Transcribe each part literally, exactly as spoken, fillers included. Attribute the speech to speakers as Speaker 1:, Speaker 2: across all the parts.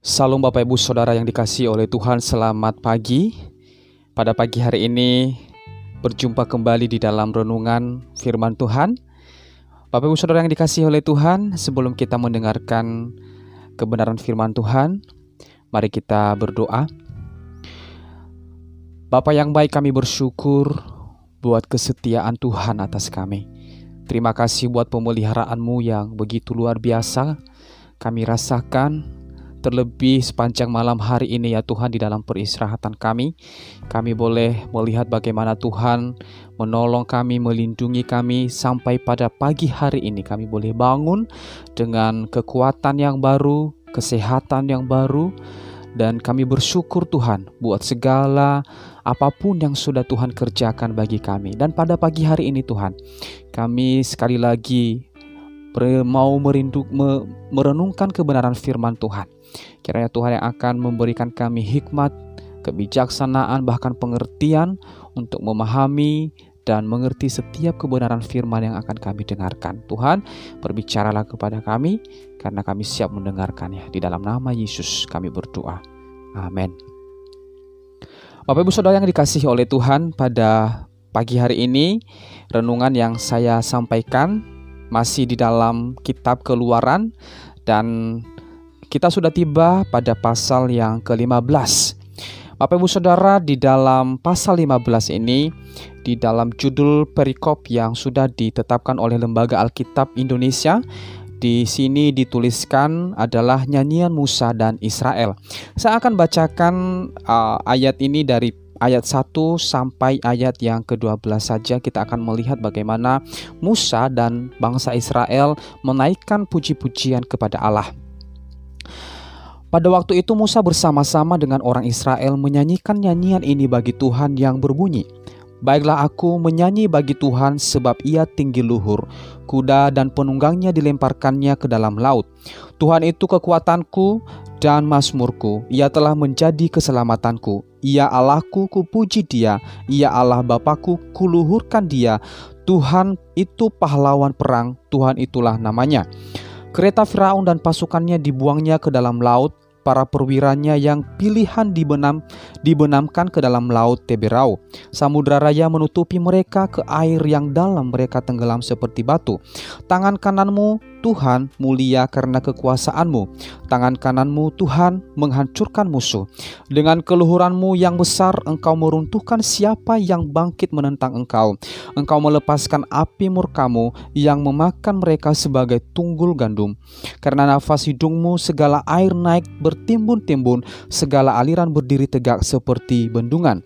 Speaker 1: Salam Bapak Ibu Saudara yang dikasihi oleh Tuhan, selamat pagi. Pada pagi hari ini berjumpa kembali di dalam renungan firman Tuhan. Bapak Ibu Saudara yang dikasihi oleh Tuhan, sebelum kita mendengarkan kebenaran firman Tuhan, mari kita berdoa. Bapa yang baik, kami bersyukur buat kesetiaan Tuhan atas kami. Terima kasih buat pemeliharaanmu yang begitu luar biasa kami rasakan. Terlebih sepanjang malam hari ini ya Tuhan, di dalam peristirahatan kami, kami boleh melihat bagaimana Tuhan menolong kami, melindungi kami sampai pada pagi hari ini. Kami boleh bangun dengan kekuatan yang baru, kesehatan yang baru, dan kami bersyukur Tuhan buat segala apapun yang sudah Tuhan kerjakan bagi kami. Dan pada pagi hari ini Tuhan, kami sekali lagi mau merindu, merenungkan kebenaran firman Tuhan. Kiranya Tuhan yang akan memberikan kami hikmat, kebijaksanaan, bahkan pengertian untuk memahami dan mengerti setiap kebenaran firman yang akan kami dengarkan. Tuhan, berbicaralah kepada kami, karena kami siap mendengarkannya. Di dalam nama Yesus kami berdoa. Amin. Bapak Ibu Saudara yang dikasihi oleh Tuhan, pada pagi hari ini renungan yang saya sampaikan masih di dalam kitab Keluaran, dan kita sudah tiba pada pasal yang ke lima belas. Bapak Ibu Saudara, di dalam pasal lima belas ini, di dalam judul perikop yang sudah ditetapkan oleh Lembaga Alkitab Indonesia, di sini dituliskan adalah nyanyian Musa dan Israel. Saya akan bacakan uh, ayat ini dari ayat satu sampai ayat yang kedua belas saja. Kita akan melihat bagaimana Musa dan bangsa Israel menaikkan puji-pujian kepada Allah. Pada waktu itu Musa bersama-sama dengan orang Israel menyanyikan nyanyian ini bagi Tuhan yang berbunyi, "Baiklah aku menyanyi bagi Tuhan sebab ia tinggi luhur. Kuda dan penunggangnya dilemparkannya ke dalam laut. Tuhan itu kekuatanku dan mazmurku. Ia telah menjadi keselamatanku. Ia Allahku, kupuji dia. Ia Allah Bapakku, kuluhurkan dia. Tuhan itu pahlawan perang, Tuhan itulah namanya. Kereta Firaun dan pasukannya dibuangnya ke dalam laut. Para perwiranya yang pilihan dibenam, dibenamkan ke dalam laut Teberau. Samudra raya menutupi mereka, ke air yang dalam mereka tenggelam seperti batu. Tangan kananmu Tuhan mulia karena kekuasaanmu. Tangan kananmu Tuhan menghancurkan musuh. Dengan keluhuranmu yang besar engkau meruntuhkan siapa yang bangkit menentang engkau. Engkau melepaskan api murkamu yang memakan mereka sebagai tunggul gandum. Karena nafas hidungmu segala air naik bertimbun-timbun, segala aliran berdiri tegak seperti bendungan.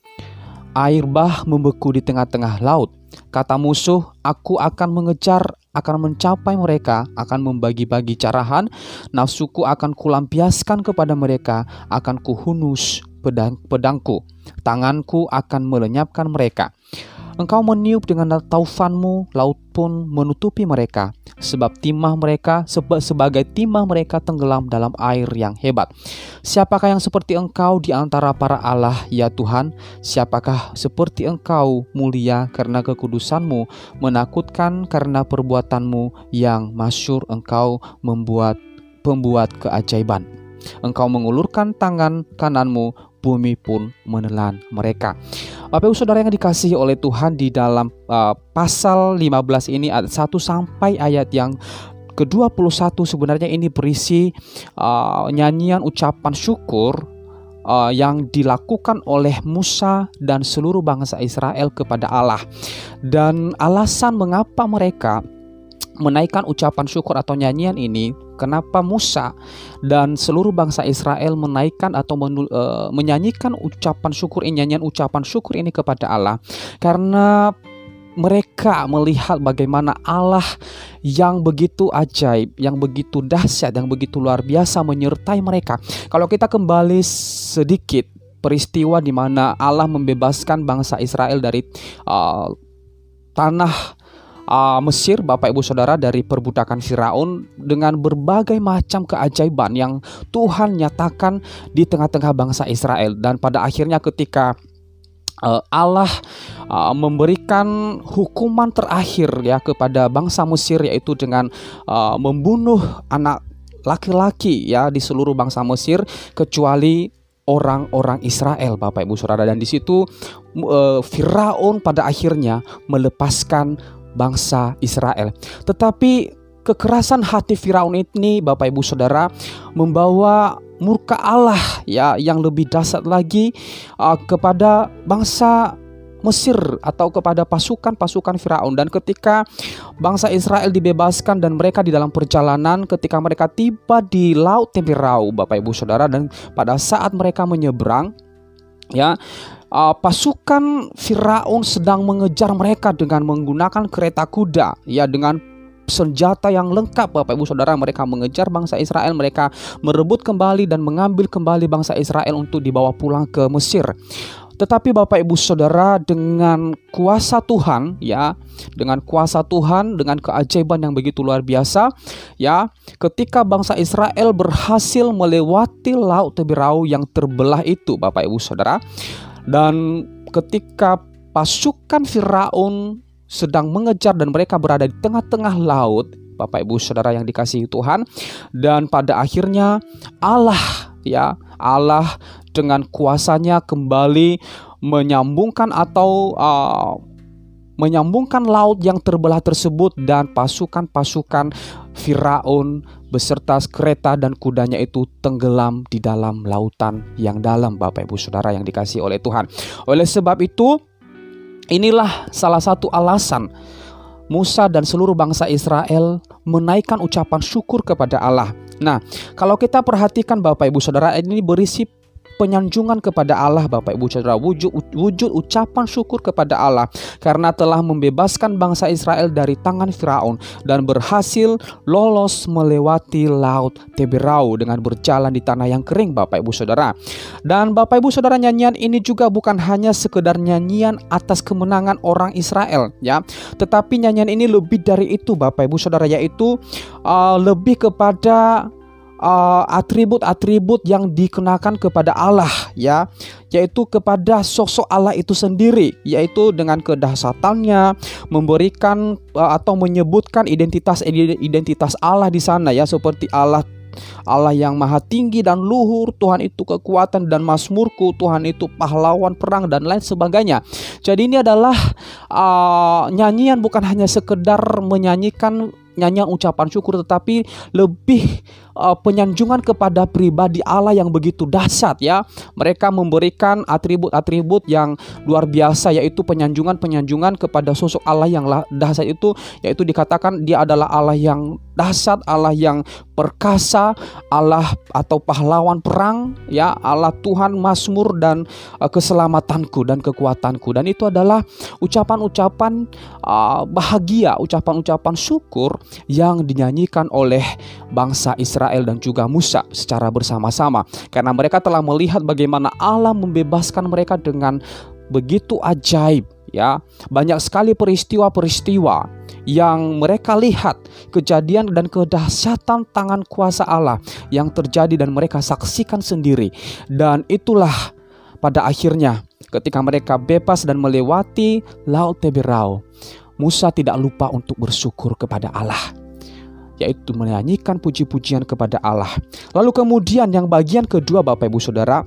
Speaker 1: Air bah membeku di tengah-tengah laut. Kata musuh, aku akan mengejar, akan mencapai mereka, akan membagi-bagi carahan. Nafsuku akan kulampiaskan kepada mereka, akan kuhunus pedang, pedangku. Tanganku akan melenyapkan mereka. Engkau meniup dengan taufanmu, laut pun menutupi mereka. Sebab timah mereka, seba, sebagai timah mereka tenggelam dalam air yang hebat. Siapakah yang seperti engkau di antara para Allah, ya Tuhan? Siapakah seperti engkau mulia karena kekudusanmu, menakutkan karena perbuatanmu yang masyhur? Engkau membuat pembuat keajaiban. Engkau mengulurkan tangan kananmu, bumi pun menelan mereka. Bapak Ibu Saudara yang dikasihi oleh Tuhan, di dalam uh, pasal lima belas ini ayat satu sampai ayat yang ke dua puluh satu sebenarnya ini berisi uh, nyanyian ucapan syukur uh, yang dilakukan oleh Musa dan seluruh bangsa Israel kepada Allah. Dan alasan mengapa mereka menaikkan ucapan syukur atau nyanyian ini, kenapa Musa dan seluruh bangsa Israel menaikkan atau menul, uh, menyanyikan ucapan syukur ini, nyanyian ucapan syukur ini kepada Allah, karena mereka melihat bagaimana Allah yang begitu ajaib, yang begitu dahsyat, yang begitu luar biasa menyertai mereka. Kalau kita kembali sedikit peristiwa di mana Allah membebaskan bangsa Israel dari uh, tanah Uh, Mesir, Bapak Ibu Saudara, dari perbudakan Firaun, dengan berbagai macam keajaiban yang Tuhan nyatakan di tengah-tengah bangsa Israel. Dan pada akhirnya ketika uh, Allah uh, memberikan hukuman terakhir ya kepada bangsa Mesir, yaitu dengan uh, membunuh anak laki-laki ya di seluruh bangsa Mesir kecuali orang-orang Israel, Bapak Ibu Saudara. Dan di situ uh, Firaun pada akhirnya melepaskan bangsa Israel. Tetapi kekerasan hati Firaun ini, Bapak Ibu Saudara, membawa murka Allah ya yang lebih dahsyat lagi uh, kepada bangsa Mesir atau kepada pasukan-pasukan Firaun. Dan ketika bangsa Israel dibebaskan dan mereka di dalam perjalanan, ketika mereka tiba di Laut Teberau, Bapak Ibu Saudara, dan pada saat mereka menyeberang ya, uh, pasukan Firaun sedang mengejar mereka dengan menggunakan kereta kuda ya, dengan senjata yang lengkap, Bapak Ibu Saudara. Mereka mengejar bangsa Israel, mereka merebut kembali dan mengambil kembali bangsa Israel untuk dibawa pulang ke Mesir. Tetapi Bapak Ibu Saudara, dengan kuasa Tuhan ya, dengan kuasa Tuhan, dengan keajaiban yang begitu luar biasa ya, ketika bangsa Israel berhasil melewati Laut Teberau yang terbelah itu, Bapak Ibu Saudara, dan ketika pasukan Firaun sedang mengejar dan mereka berada di tengah-tengah laut, Bapak Ibu Saudara yang dikasihi Tuhan, dan pada akhirnya Allah ya, Allah dengan kuasanya kembali menyambungkan atau uh, menyambungkan laut yang terbelah tersebut, dan pasukan-pasukan Firaun beserta kereta dan kudanya itu tenggelam di dalam lautan yang dalam, Bapak Ibu Saudara yang dikasihi oleh Tuhan. Oleh sebab itu, inilah salah satu alasan Musa dan seluruh bangsa Israel menaikkan ucapan syukur kepada Allah. Nah, kalau kita perhatikan Bapak Ibu Saudara, ini berisi penyanjungan kepada Allah, Bapak Ibu Saudara, wujud, wujud ucapan syukur kepada Allah karena telah membebaskan bangsa Israel dari tangan Firaun dan berhasil lolos melewati Laut Teberau dengan berjalan di tanah yang kering, Bapak Ibu Saudara. Dan Bapak Ibu Saudara, nyanyian ini juga bukan hanya sekedar nyanyian atas kemenangan orang Israel ya, tetapi nyanyian ini lebih dari itu, Bapak Ibu Saudara, yaitu uh, lebih kepada Uh, atribut-atribut yang dikenakan kepada Allah ya, yaitu kepada sosok Allah itu sendiri, yaitu dengan kedahsyatannya memberikan uh, atau menyebutkan identitas identitas Allah di sana ya, seperti Allah Allah yang maha tinggi dan luhur, Tuhan itu kekuatan dan mazmurku, Tuhan itu pahlawan perang dan lain sebagainya. Jadi ini adalah uh, nyanyian bukan hanya sekedar menyanyikan nyanyian ucapan syukur, tetapi lebih uh, penyanjungan kepada pribadi Allah yang begitu dahsyat ya. Mereka memberikan atribut-atribut yang luar biasa, yaitu penyanjungan-penyanjungan kepada sosok Allah yang dahsyat itu, yaitu dikatakan dia adalah Allah yang dahsyat, Allah yang perkasa, Allah atau pahlawan perang ya, Allah Tuhan mazmur dan uh, keselamatanku dan kekuatanku. Dan itu adalah ucapan-ucapan uh, bahagia, ucapan-ucapan syukur yang dinyanyikan oleh bangsa Israel dan juga Musa secara bersama-sama, karena mereka telah melihat bagaimana Allah membebaskan mereka dengan begitu ajaib ya. Banyak sekali peristiwa-peristiwa yang mereka lihat, kejadian dan kedahsyatan tangan kuasa Allah yang terjadi dan mereka saksikan sendiri. Dan itulah pada akhirnya ketika mereka bebas dan melewati Laut Teberau, Musa tidak lupa untuk bersyukur kepada Allah, yaitu menyanyikan puji-pujian kepada Allah. Lalu kemudian yang bagian kedua, Bapak Ibu Saudara,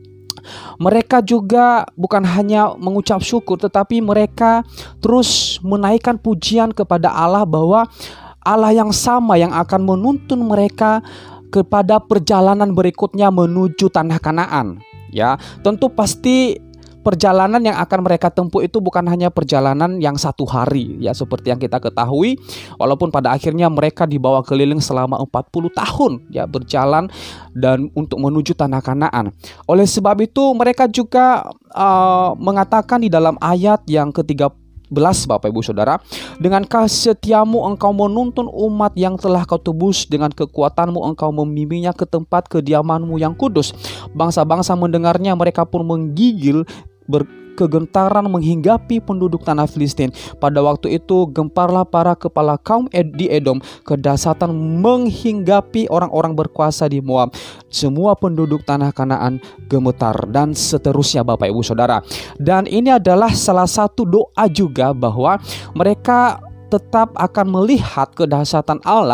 Speaker 1: mereka juga bukan hanya mengucap syukur, tetapi mereka terus menaikkan pujian kepada Allah bahwa Allah yang sama yang akan menuntun mereka kepada perjalanan berikutnya menuju tanah Kanaan. Ya, tentu pasti perjalanan yang akan mereka tempuh itu bukan hanya perjalanan yang satu hari ya, seperti yang kita ketahui, walaupun pada akhirnya mereka dibawa keliling selama empat puluh tahun ya, berjalan dan untuk menuju tanah Kanaan. Oleh sebab itu mereka juga uh, mengatakan di dalam ayat yang ketiga belas, Bapak Ibu Saudara, dengan kasih setiamu engkau menuntun umat yang telah kau tebus, dengan kekuatanmu engkau membimbingnya ke tempat kediamanmu yang kudus. Bangsa-bangsa mendengarnya, mereka pun menggigil berkegentaran menghinggapi penduduk tanah Filistin. Pada waktu itu gemparlah para kepala kaum Ed di Edom, kedahsyatan menghinggapi orang-orang berkuasa di Moab. Semua penduduk tanah Kanaan gemetar, dan seterusnya, Bapak Ibu Saudara. Dan ini adalah salah satu doa juga bahwa mereka tetap akan melihat kedahsyatan Allah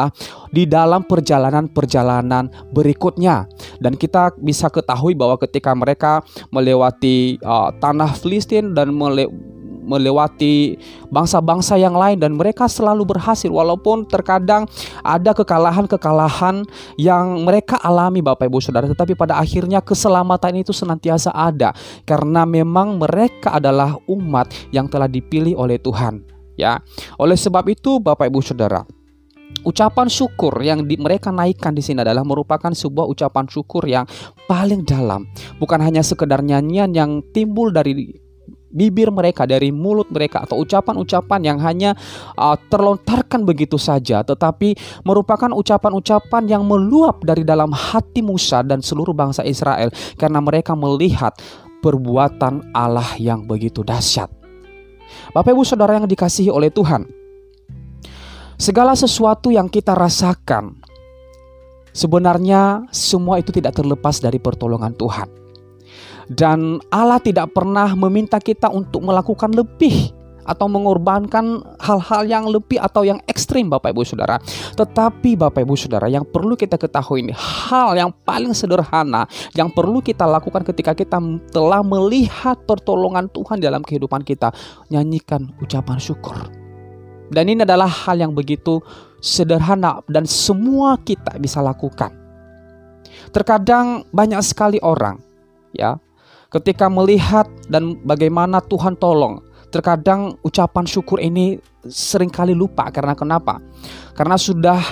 Speaker 1: di dalam perjalanan-perjalanan berikutnya. Dan kita bisa ketahui bahwa ketika mereka melewati uh, tanah Filistin dan mele melewati bangsa-bangsa yang lain, dan mereka selalu berhasil walaupun terkadang ada kekalahan-kekalahan yang mereka alami Bapak Ibu Saudara, tetapi pada akhirnya keselamatan itu senantiasa ada karena memang mereka adalah umat yang telah dipilih oleh Tuhan, ya. Oleh sebab itu Bapak Ibu Saudara, ucapan syukur yang di, mereka naikkan di sini adalah merupakan sebuah ucapan syukur yang paling dalam, bukan hanya sekedar nyanyian yang timbul dari bibir mereka, dari mulut mereka, atau ucapan-ucapan yang hanya uh, terlontarkan begitu saja, tetapi merupakan ucapan-ucapan yang meluap dari dalam hati Musa dan seluruh bangsa Israel karena mereka melihat perbuatan Allah yang begitu dahsyat. Bapak Ibu Saudara yang dikasihi oleh Tuhan, segala sesuatu yang kita rasakan sebenarnya semua itu tidak terlepas dari pertolongan Tuhan. Dan Allah tidak pernah meminta kita untuk melakukan lebih atau mengorbankan hal-hal yang lebih atau yang ekstrim Bapak Ibu Saudara. Tetapi Bapak Ibu Saudara, yang perlu kita ketahui ini, hal yang paling sederhana yang perlu kita lakukan ketika kita telah melihat pertolongan Tuhan dalam kehidupan kita, nyanyikan ucapan syukur. Dan ini adalah hal yang begitu sederhana dan semua kita bisa lakukan. Terkadang banyak sekali orang, ya, ketika melihat dan bagaimana Tuhan tolong, terkadang ucapan syukur ini seringkali lupa. Karena kenapa? Karena sudah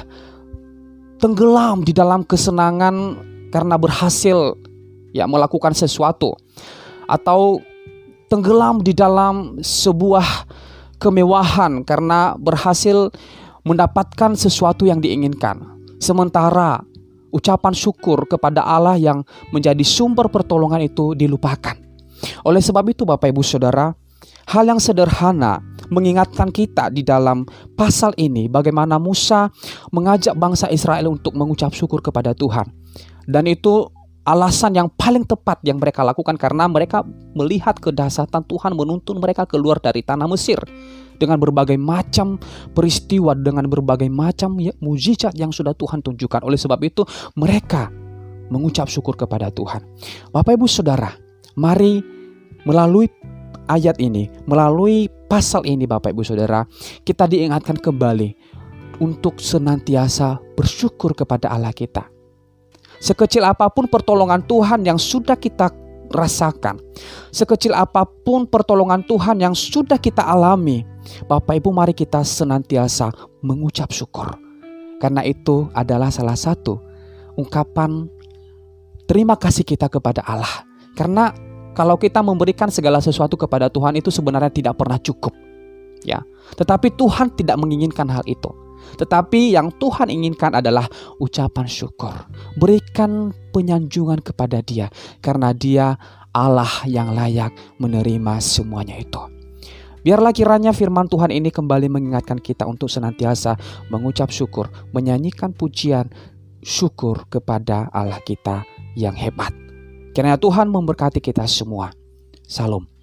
Speaker 1: tenggelam di dalam kesenangan karena berhasil, ya, melakukan sesuatu, atau tenggelam di dalam sebuah kemewahan karena berhasil mendapatkan sesuatu yang diinginkan. Sementara ucapan syukur kepada Allah yang menjadi sumber pertolongan itu dilupakan. Oleh sebab itu Bapak Ibu Saudara, hal yang sederhana mengingatkan kita di dalam pasal ini bagaimana Musa mengajak bangsa Israel untuk mengucap syukur kepada Tuhan. Dan itu alasan yang paling tepat yang mereka lakukan karena mereka melihat kedahsyatan Tuhan menuntun mereka keluar dari tanah Mesir dengan berbagai macam peristiwa, dengan berbagai macam mujizat yang sudah Tuhan tunjukkan. Oleh sebab itu mereka mengucap syukur kepada Tuhan. Bapak Ibu Saudara, mari melalui ayat ini, melalui pasal ini Bapak Ibu Saudara, kita diingatkan kembali untuk senantiasa bersyukur kepada Allah kita. Sekecil apapun pertolongan Tuhan yang sudah kita rasakan, sekecil apapun pertolongan Tuhan yang sudah kita alami, Bapak Ibu, mari kita senantiasa mengucap syukur. Karena itu adalah salah satu ungkapan terima kasih kita kepada Allah. Karena kalau kita memberikan segala sesuatu kepada Tuhan itu sebenarnya tidak pernah cukup, ya. Tetapi Tuhan tidak menginginkan hal itu. Tetapi yang Tuhan inginkan adalah ucapan syukur. Berikan penyanjungan kepada Dia karena Dia Allah yang layak menerima semuanya itu. Biarlah kiranya firman Tuhan ini kembali mengingatkan kita untuk senantiasa mengucap syukur, menyanyikan pujian syukur kepada Allah kita yang hebat. Kiranya Tuhan memberkati kita semua. Salam.